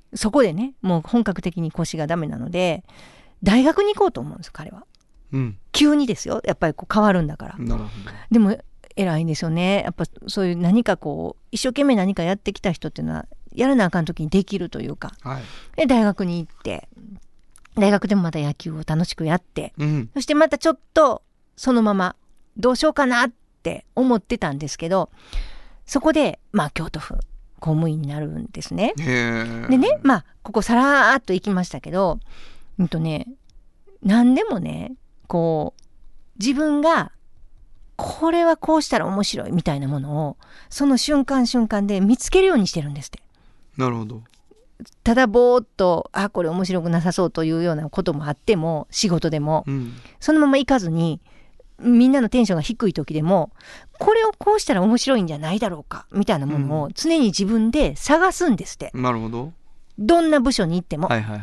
そこでねもう本格的に腰がダメなので大学に行こうと思うんです彼は、うん、急にですよやっぱりこう変わるんだから。なるほど。でも偉いんですよねやっぱそういう何かこう一生懸命何かやってきた人っていうのはやらなあかん時にできるというか、はい、で大学に行って大学でもまた野球を楽しくやって、うん、そしてまたちょっとそのままどうしようかなって思ってたんですけどそこでまあ京都府公務員になるんですね。でねまあここさらーっと行きましたけどうんとね何でもねこう自分がこれはこうしたら面白いみたいなものをその瞬間瞬間で見つけるようにしてるんですって。 なるほど。 ただぼーっとあこれ面白くなさそうというようなこともあっても仕事でも、うん、そのまま行かずにみんなのテンションが低い時でもこれをこうしたら面白いんじゃないだろうかみたいなものを常に自分で探すんですって、 うん、なるほど。 どんな部署に行っても、はいはいはい、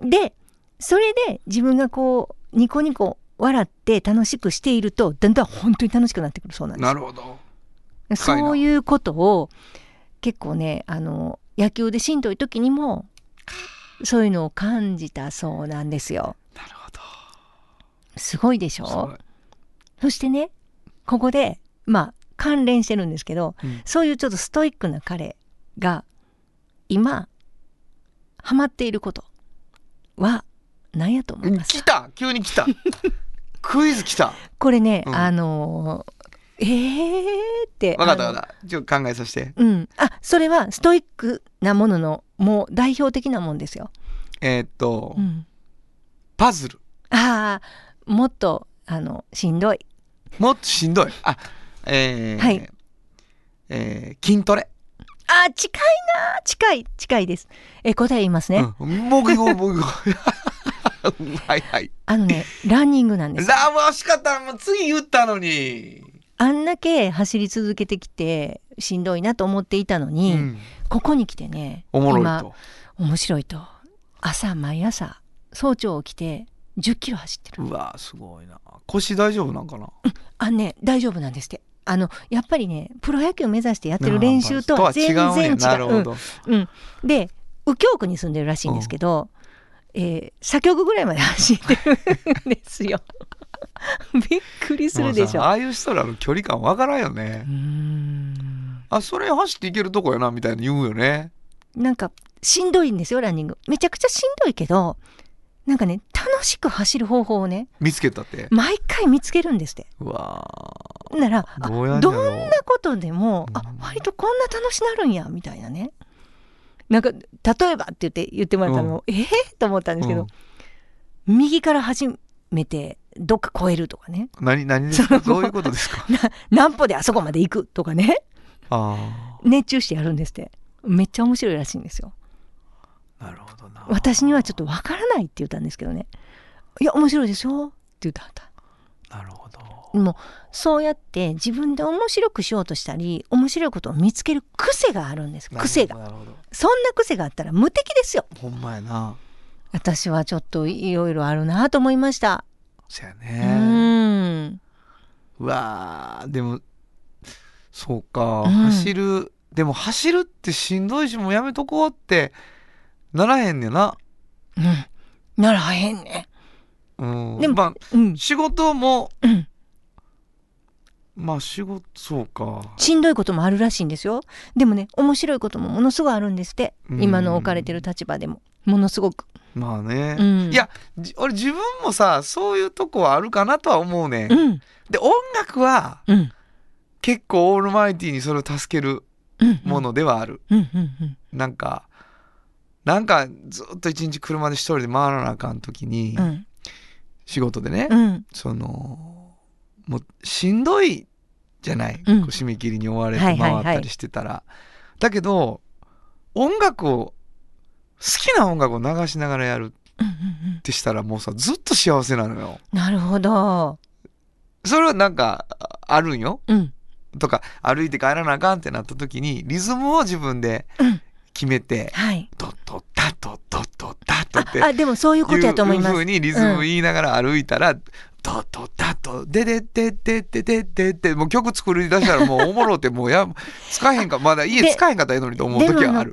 でそれで自分がこうニコニコ笑って楽しくしているとだんだん本当に楽しくなってくるそうなんです。 なるほど。 そういうことを結構ねあの野球でしんどい時にもそういうのを感じたそうなんですよ。 なるほど。 すごいでしょ。そしてねここでまあ関連してるんですけど、うん、そういうちょっとストイックな彼が今ハマっていることは何やと思いますか？ 来た急に来たクイズ来た。 これね、うん、あのー、えーって分かった分かったちょっと考えさせて。 うんあそれはストイックなもののもう代表的なもんですよ。 えー、っと、うん、パズル。 ああもっとあのしんどい。 もっとしんどい。あえー、はい、えー、筋トレ。 あ近いな近い近いです。え答え言いますね。 うん、僕行こう僕行こうはいはい。 あのねランニングなんです。 ラーも惜しかった。もう次言ったのに。 あんだけ走り続けてきてしんどいなと思っていたのに、うん、ここに来てねおもろいと今面白いと朝毎朝早朝起きてじゅっキロ走ってる。 うわすごいな。腰大丈夫なんかな。 うん、あね大丈夫なんですって。あのやっぱりねプロ野球を目指してやってる練習とは全然違う。 なるほど、 うんうん、で右京区に住んでるらしいんですけど、うんえー、左京区ぐらいまで走ってるんですよびっくりするでしょ。 ああいう人らの距離感わからんよね。うーんあそれ走っていけるとこやなみたいに言うよね。 なんかしんどいんですよランニング。めちゃくちゃしんどいけどなんかね楽しく走る方法をね見つけたって毎回見つけるんですって。 うわならどんなことでも、うん、あ割とこんな楽しなるんやみたいなね。なんか例えばって言って言ってもらったのも、うん、えー、と思ったんですけど、うん、右から始めてどっか越えるとかね。 何何ですかどういうことですか何歩であそこまで行くとかねあ熱中してやるんですって。めっちゃ面白いらしいんですよ。 なるほどな。 私にはちょっとわからないって言ったんですけどね。いや面白いでしょって言ったはた。 なるほど。 もうそうやって自分で面白くしようとしたり面白いことを見つける癖があるんです。癖がそんな癖があったら無敵ですよ。 ほんまやな。 私はちょっといろいろあるなと思いました。 そうやね。うんうわでもそうか、うん、走るでも走るってしんどいしもうやめとこうってならへんねんな。 うんならへんね。 うん、でも、まあうん、仕事も、うん、まあ仕事そうかしんどいこともあるらしいんですよ。でもね面白いこともものすごいあるんですって。今の置かれてる立場でもものすごくまあね、うん、いや俺自分もさそういうとこはあるかなとは思うね、うん、で音楽は、うん、結構オールマイティにそれを助けるものではある、うんうん、なんかなんかずっと一日車で一人で回らなあかん時に、うん、仕事でね、うん、そのもうしんどいじゃない、うん、こう締め切りに追われて回ったりしてたら、はいはいはい、だけど音楽を好きな音楽を流しながらやるってしたらもうさずっと幸せなのよ。 なるほど。 それはなんかあるんよ、うん、とか歩いて帰らなあかんってなった時にリズムを自分で決めて、うんはい、ドッドッタッドッドッドッタッドってああでもそういうことやと思います。 いう風にリズム言いながら歩いたら、うん、ドッドッタッドデデデデデデデデもう曲作り出したらもうおもろってもうや使えへんかまだ家使えへんかったらええのにと思う時はある。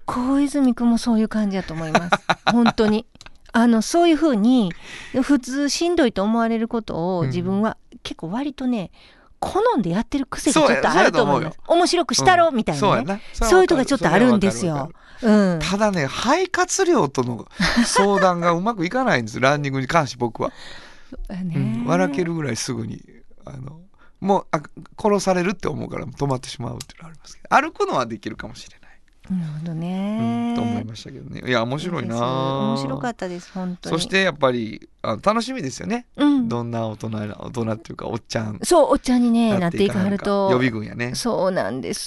小泉君もそういう感じだと思います本当にあのそういう風に普通しんどいと思われることを自分は結構割とね、好んでやってる癖がちょっとあると思います。面白くしたろ、うん、みたいなね、そう、そういうとこがちょっとあるんですよ。うん、 ただね、肺活量との相談がうまくいかないんですランニングに関して僕は、ね、うん、笑けるぐらいすぐにあのもうあ殺されるって思うから止まってしまうっていうのがありますけど、歩くのはできるかもしれない。 なるほどね、 うん、と思いましたけどね。いや面白いな、 面白かったです本当に。 そしてやっぱりあの楽しみですよね、うん、どんな大人大人っていうかおっちゃん、 そうおっちゃんに、ね、なっていかはると予備軍やね。 そうなんです。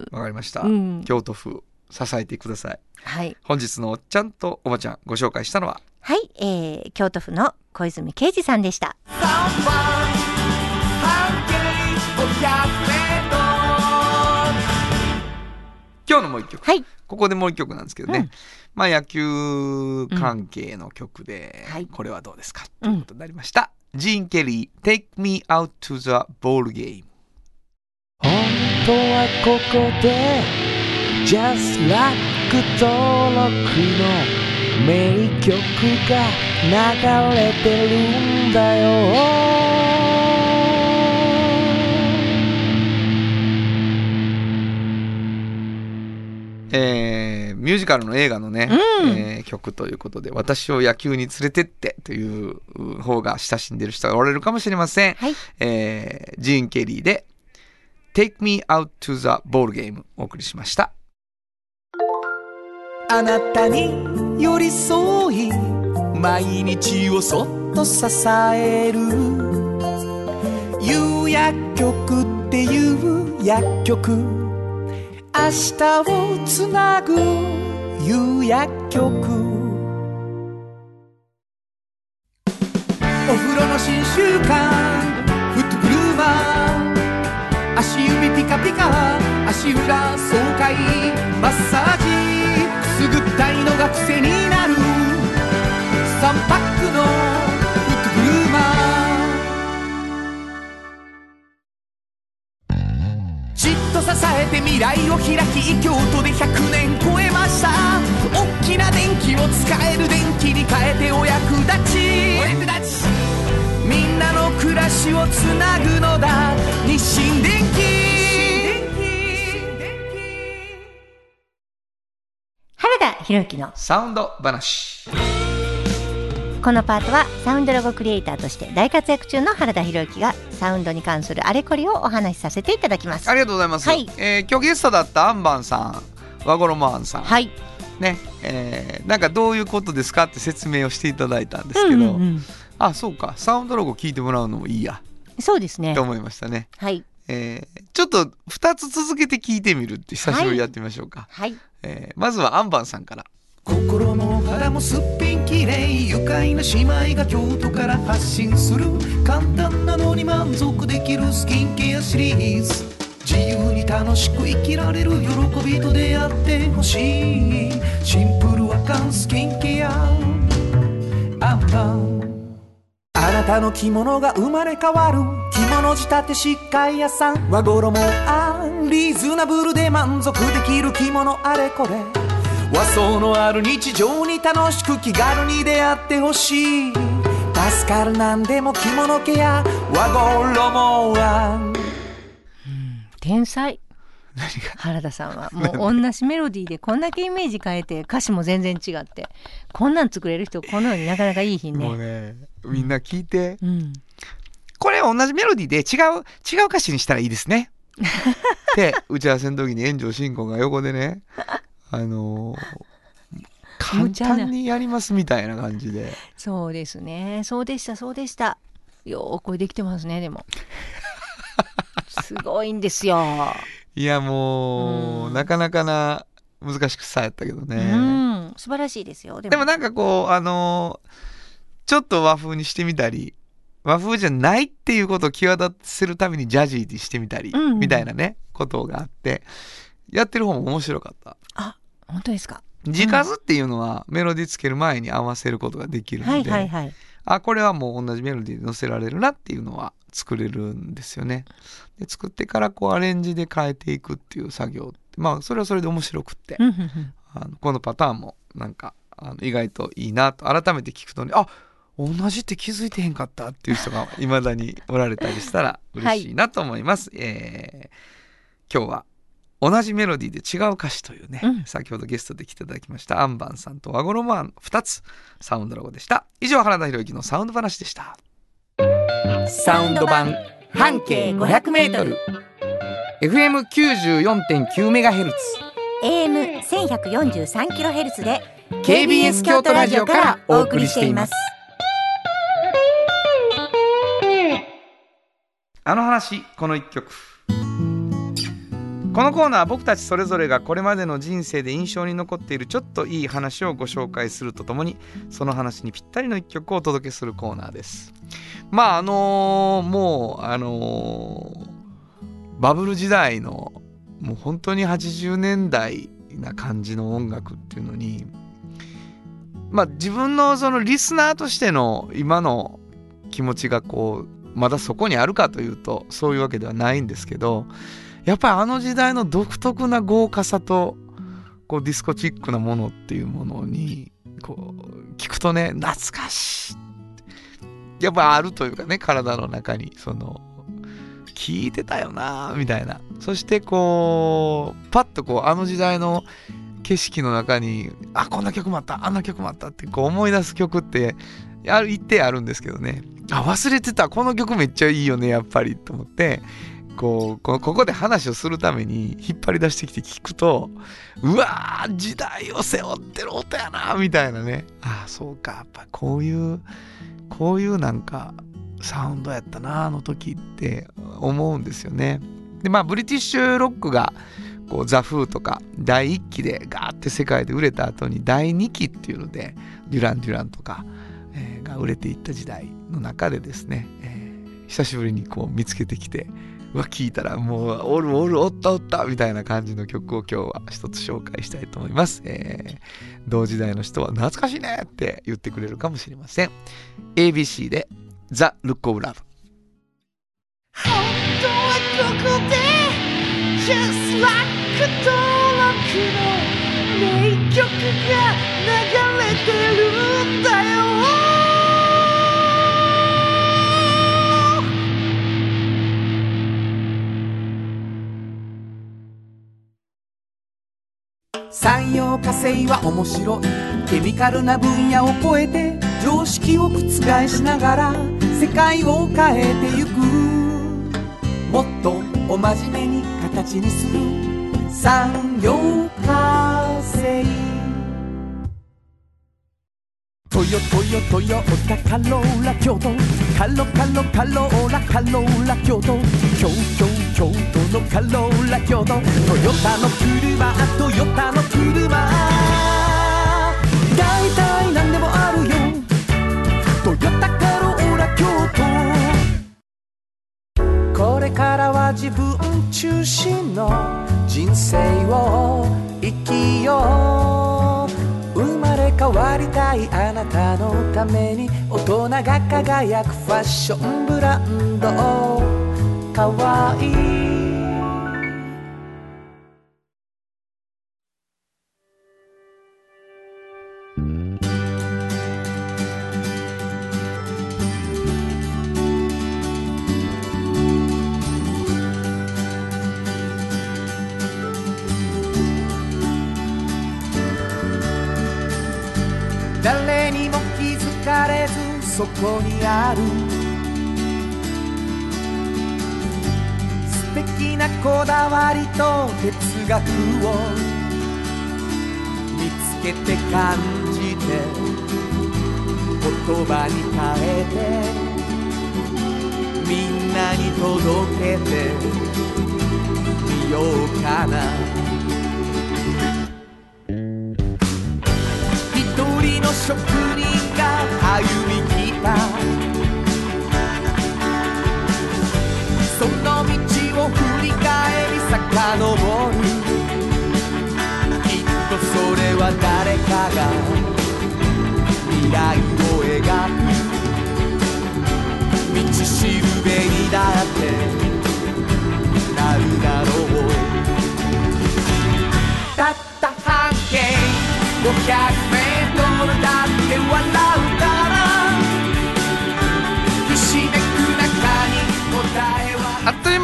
わかりました、うん、京都府支えてください。はい、本日のおっちゃんとおばちゃんご紹介したのははい、えー、京都府の小泉啓二さんでした。 今日のもう一曲、 はい、 ここでもう一曲なんですけどね、うん、まあ野球関係の曲で、うん、これはどうですかということになりました、うん、ジーン・ケリー Take Me Out to the Ball Game。 本当はここで Just Like 登録の名曲が流れてるんだよ。 えー、ミュージカルの映画のね、うんえー、曲ということで、私を野球に連れてってという方が親しんでる人がおられるかもしれません、はい、えー、ジーン・ケリーで Take Me Out to the Ball Game お送りしました。 あなたに寄り添い毎日をそっと支える夕薬局っていう薬局、明日をつなぐ夕薬局。お風呂の新習慣フットグルーマー、足指ピカピカ足裏爽快マッサージくすぐったいのが癖になるさんパックのフットグルーマー、じっと支えて未来を開き京都でひゃくねん超えました。大きな電気を使える電気に変えてお役立ち、お役立ちみんなの暮らしをつなぐのだ日清電気。 原田博之のサウンド話。 このパートはサウンドロゴクリエイターとして大活躍中の原田博之がサウンドに関するあれこれをお話しさせていただきます。 ありがとうございます、はいえー、今日ゲストだったアンバンさん和衣あんさん、はいねえー、なんかどういうことですかって説明をしていただいたんですけど、うんうんうん、あそうかサウンドロゴ聞いてもらうのもいいやそうですねと思いましたね。 はいえー、ちょっとふたつ続けて聞いてみるって久しぶりにやってみましょうか、はいえー、まずはアンバンさんから。 心も肌もすっぴんきれい愉快な姉妹が京都から発信する簡単なのに満足できるスキンケアシリーズ、自由に楽しく生きられる喜びと出会ってほしいシンプルアカンスキンケアアンバン。あなたの着物が生まれ変わる着物仕立て疾患屋さん和衣あんリーズナブルで満足できる着物あれこれ和装のある日常に楽しく気軽に出会ってほしい助かるなんでも着物ケア和衣あん、うん、 天才原田さんはもう同じメロディーでこんだけイメージ変えて歌詞も全然違ってこんなん作れる人このようになかなかいい日ね。 もうねみんな聞いて、うん、これ同じメロディーで違う違う歌詞にしたらいいですねって打ち合わせの時に炎上真子が横でねあのー、簡単にやりますみたいな感じでそうですねそうでしたそうでしたよーこれできてますね。でもすごいんですよ。 いやもう、うん、なかなかな難しくさやったけどね、 うん、素晴らしいですよ。 でも、でもなんかこうあのー、ちょっと和風にしてみたり和風じゃないっていうことを際立たせるためにジャジーにしてみたり、うんうん、みたいなねことがあってやってる方も面白かった。 あ本当ですか。 字数っていうのはメロディーつける前に合わせることができるので、はいはいはい、あこれはもう同じメロディーで載せられるなっていうのは作れるんですよね。で作ってからこうアレンジで変えていくっていう作業まあそれはそれで面白くって、 あのこのパターンもなんかあの意外といいなと改めて聞くとね、あ同じって気づいてへんかったっていう人がいまだにおられたりしたら嬉しいなと思います、はい。えー、今日は同じメロディーで違う歌詞というね、うん、先ほどゲストで来ていただきましたアンバンさんと和衣マンふたつサウンドロゴでした。以上原田博之のサウンド話でした。 サウンド版半径 ごひゃくメートル エフエムきゅうじゅうよんてんきゅうメガヘルツエーエムせんひゃくよんじゅうさんキロヘルツ でケービーエス 京都ラジオからお送りしています。 あの話この一曲。このコーナーは僕たちそれぞれがこれまでの人生で印象に残っているちょっといい話をご紹介するとともにその話にぴったりの一曲をお届けするコーナーです。まああのー、もうあのー、バブル時代のもう本当にはちじゅうねんだいな感じの音楽っていうのにまあ自分のそのリスナーとしての今の気持ちがこうまだそこにあるかというとそういうわけではないんですけど、やっぱりあの時代の独特な豪華さとこうディスコチックなものっていうものにこう聞くとね懐かしいやっぱあるというかね、体の中にその聞いてたよなみたいな。そしてこうパッとこうあの時代の景色の中にあこんな曲もあったあんな曲もあったってこう思い出す曲ってある一定あるんですけどね、あ忘れてたこの曲めっちゃいいよねやっぱりと思ってこうここで話をするために引っ張り出してきて聞くとうわー時代を背負ってる音やなみたいなね、あそうかやっぱこういうこういうなんかサウンドやったなあの時って思うんですよね。でまあブリティッシュロックがこうザ・フーとかだいいっきでガーって世界で売れた後にだいにきっていうのでデュラン・デュランとか、えー、が売れていった時代の中でですね、えー、久しぶりにこう見つけてきてうわ聞いたらもうおるおるおったおったみたいな感じの曲を今日は一つ紹介したいと思います、えー、同時代の人は懐かしいねって言ってくれるかもしれません。 エービーシー で The Look of Love。 本当はここで Just like 登録の名曲が流れてるんだよ。 産業化成は面白いケミカルな分野を超えて常識を覆しながら世界を変えてゆく、もっとお真面目に形にする産業化成。トヨトヨトヨタカローラ京都カロカロカローラカローラ京都京京京都のカローラ京都トヨタの車トヨタの車だいたいなんでもあるよトヨタカローラ京都。これからは自分中心の人生を生きよう、生まれ変わりたいあなたのために大人が輝くファッションブランドかわいい。誰にも気づかれずそこにある素敵なこだわりと哲学を見つけて感じて言葉に変えてみんなに届けてみようかな。職人が歩み来たその道を振り返り遡る、きっとそれは誰かが未来を描く道しるべにだってなるだろう。たった半径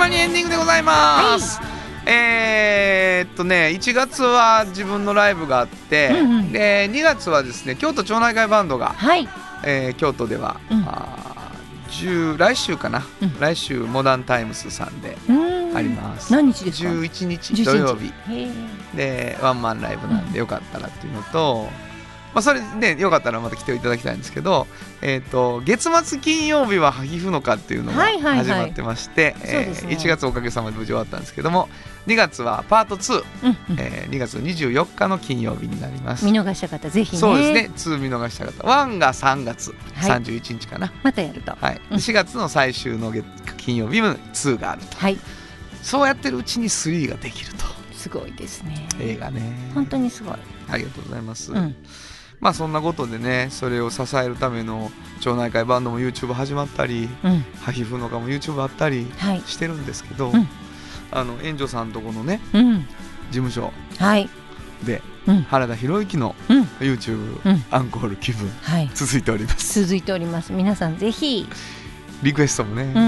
間にエンディングでございます、はい、えー、っとねいちがつは自分のライブがあって、うんうん、でにがつはですね京都町内会バンドが、はい、えー、京都では、うん、あ来週かな、うん、来週モダンタイムスさんであります。 何日ですか？ じゅういちにち土曜日でワンマンライブなんでよかったらっていうのと、うん、まあ、それでよかったらまた来ていただきたいんですけど、えー、と月末金曜日はハヒフノカっていうのが始まってまして、いちがつおかげさまで無事終わったんですけども、にがつはパートツー、うんうん、えー、にがつにじゅうよっかの金曜日になります。 見逃した方ぜひね。 そうですね、ツー見逃した方、ワンがさんがつさんじゅういちにちかな、はい、 またやると、 はい、しがつの最終の月金曜日もツーがあると、はい、そうやってるうちにスリーができると。 すごいですね、 映画ね、本当にすごい。 ありがとうございます、うん、まあそんなことでね、それを支えるための町内会バンドも YouTube 始まったり、うん、ハヒフノカも YouTube あったりしてるんですけど、はい、うん、あの援助さんとこのね、うん、事務所で、はい、原田博之の YouTube、うん、アンコール気分、はい、続いております。 続いております。皆さんぜひリクエストもね、うん、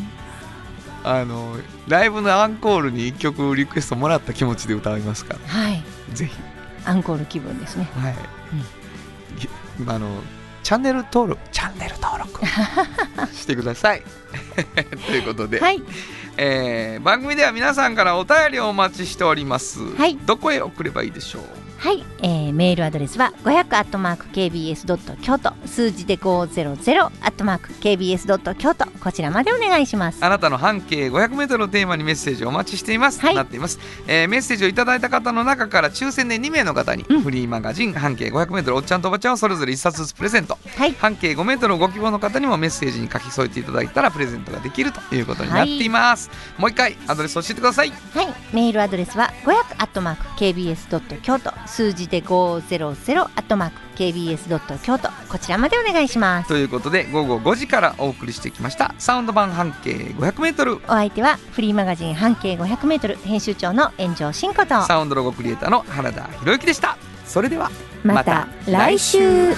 あのライブのアンコールにいっきょくリクエストもらった気持ちで歌いますから、はい、ぜひアンコール気分ですね。はい、 うん、あのチャンネル登録チャンネル登録してくださいということで、はい、えー、番組では皆さんからお便りをお待ちしております、はい、どこへ送ればいいでしょう？ はい、えー、メールアドレスはごひゃくアットマークケービーエスドット京都、数字でごひゃくアットマークケービーエスドット京都、こちらまでお願いします。 あなたの半径ごひゃくメートルをテーマにメッセージをお待ちしています、はい、なっています、えー、メッセージをいただいた方の中から抽選でにめいの方に、うん、フリーマガジン半径ごひゃくメートルおっちゃんとおばちゃんをそれぞれいっさつずつプレゼント、はい、半径ごメートルをご希望の方にもメッセージに書き添えていただいたらプレゼントができるということになっています、はい、もう一回アドレス教えてください。 はい、メールアドレスはごひゃくアットマークケービーエスドット京都、数字でごひゃくアットマークケービーエスドット京都、こちらまでお願いします。 ということで午後ごじからお送りしてきましたサウンド版半径ごひゃくメートル、お相手はフリーマガジン半径ごひゃくメートル編集長の炎上真子とサウンドロゴクリエイターの原田博之でした。それではまた来週。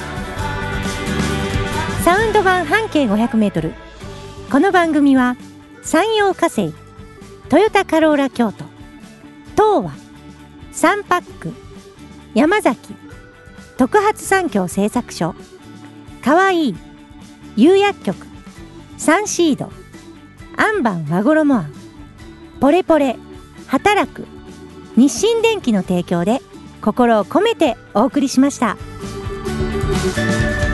サウンド版半径ごひゃくメートル、この番組は山陽火星、トヨタカローラ京都、東和、サンパック、山崎、特発産業製作所、かわいい、釉薬局、サンシード、アンバン和衣あん、ポレポレ、働く、日清電機の提供で心を込めてお送りしました。